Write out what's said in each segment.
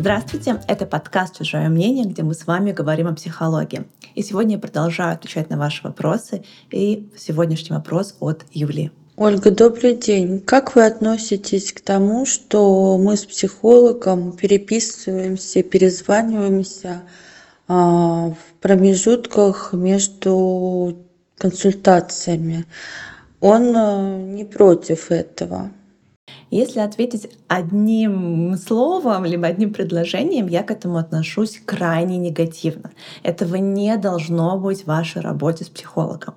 Здравствуйте, это подкаст «Чужое мнение», где мы с вами говорим о психологии. И сегодня я продолжаю отвечать на ваши вопросы. И сегодняшний вопрос от Юлии. Ольга, добрый день. Как вы относитесь к тому, что мы с психологом переписываемся, перезваниваемся в промежутках между консультациями? Он не против этого. Если ответить одним словом, либо одним предложением, я к этому отношусь крайне негативно. Этого не должно быть в вашей работе с психологом.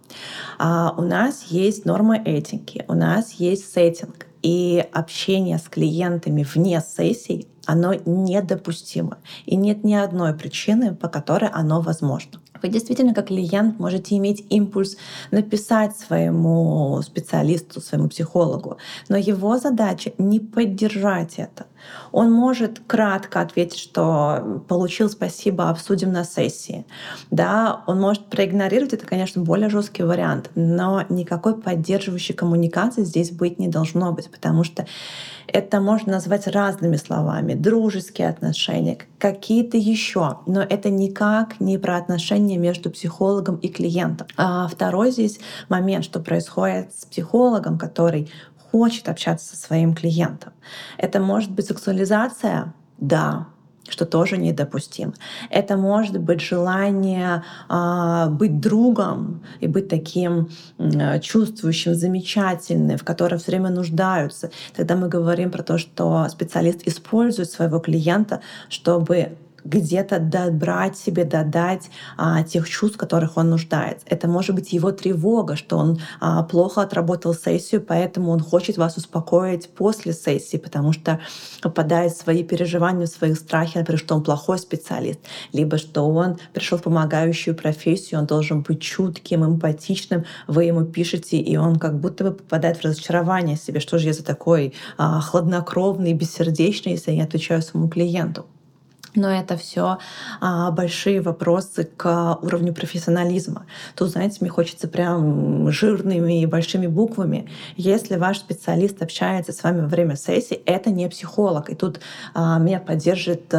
У нас есть нормы этики, у нас есть сеттинг, и общение с клиентами вне сессий, оно недопустимо. И нет ни одной причины, по которой оно возможно. Вы действительно, как клиент, можете иметь импульс написать своему специалисту, своему психологу, но его задача не поддержать это. Он может кратко ответить, что получил, спасибо, обсудим на сессии. Да, он может проигнорировать, это, конечно, более жесткий вариант, но никакой поддерживающей коммуникации здесь быть не должно быть, потому что это можно назвать разными словами: дружеские отношения, какие-то еще, но это никак не про отношения между психологом и клиентом. А второй здесь момент, что происходит с психологом, который хочет общаться со своим клиентом. Это может быть сексуализация, да, что тоже недопустимо. Это может быть желание быть другом и быть таким чувствующим, замечательным, в котором все время нуждаются. Тогда мы говорим про то, что специалист использует своего клиента, чтобы где-то добрать себе, додать тех чувств, в которых он нуждается. Это может быть его тревога, что он плохо отработал сессию, поэтому он хочет вас успокоить после сессии, потому что попадает в свои переживания, в свои страхи, например, что он плохой специалист, либо что он пришел в помогающую профессию, он должен быть чутким, эмпатичным, вы ему пишете, и он как будто бы попадает в разочарование себе, что же я за такой хладнокровный, бессердечный, если я не отвечаю своему клиенту. Но это все большие вопросы к уровню профессионализма. Тут, знаете, мне хочется прям жирными и большими буквами. Если ваш специалист общается с вами во время сессии, это не психолог. И тут меня поддержат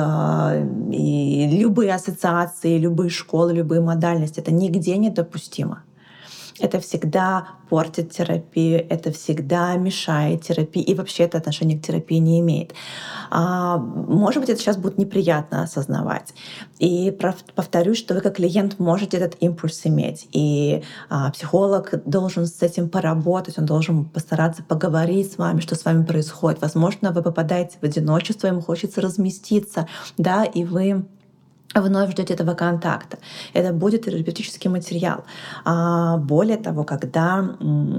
и любые ассоциации, любые школы, любые модальности. Это нигде недопустимо. Это всегда портит терапию, это всегда мешает терапии, и вообще это отношение к терапии не имеет. Может быть, это сейчас будет неприятно осознавать. И повторюсь, что вы как клиент можете этот импульс иметь. И психолог должен с этим поработать, он должен постараться поговорить с вами, что с вами происходит. Возможно, вы попадаете в одиночество, ему хочется разместиться, да, и вы вновь ждете этого контакта. Это будет терапевтический материал. Более того, когда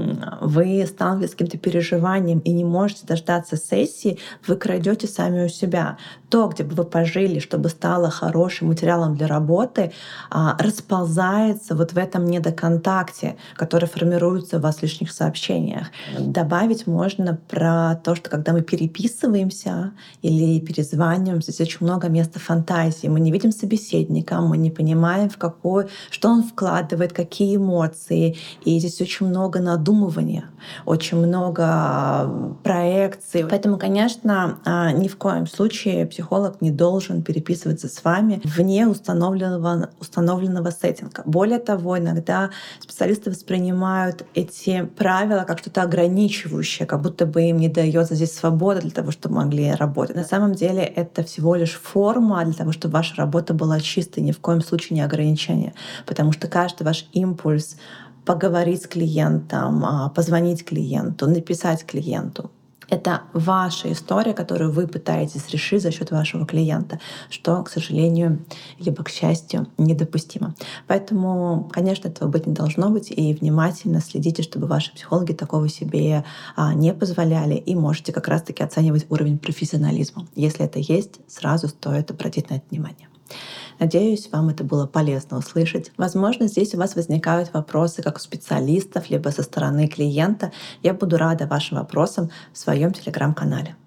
вы сталкиваетесь с каким-то переживанием и не можете дождаться сессии, вы крадете сами у себя. То, где бы вы пожили, чтобы стало хорошим материалом для работы, расползается вот в этом недоконтакте, который формируется у вас в лишних сообщениях. Добавить можно про то, что когда мы переписываемся или перезваниваемся, здесь очень много места фантазии. Мы не видим собеседника, мы не понимаем, что он вкладывает, какие эмоции. И здесь очень много надумывания, очень много проекций. Поэтому, конечно, ни в коем случае психолог не должен переписываться с вами вне установленного сеттинга. Более того, иногда специалисты воспринимают эти правила как что-то ограничивающее, как будто бы им не дается здесь свобода для того, чтобы могли работать. На самом деле это всего лишь форма для того, чтобы ваша работа была чистой, ни в коем случае не ограничение. Потому что каждый ваш импульс поговорить с клиентом, позвонить клиенту, написать клиенту — это ваша история, которую вы пытаетесь решить за счет вашего клиента, что, к сожалению, либо к счастью, недопустимо. Поэтому, конечно, этого быть не должно быть, и внимательно следите, чтобы ваши психологи такого себе не позволяли, и можете как раз-таки оценивать уровень профессионализма. Если это есть, сразу стоит обратить на это внимание. Надеюсь, вам это было полезно услышать. Возможно, здесь у вас возникают вопросы как у специалистов, либо со стороны клиента. Я буду рада вашим вопросам в своем телеграм-канале.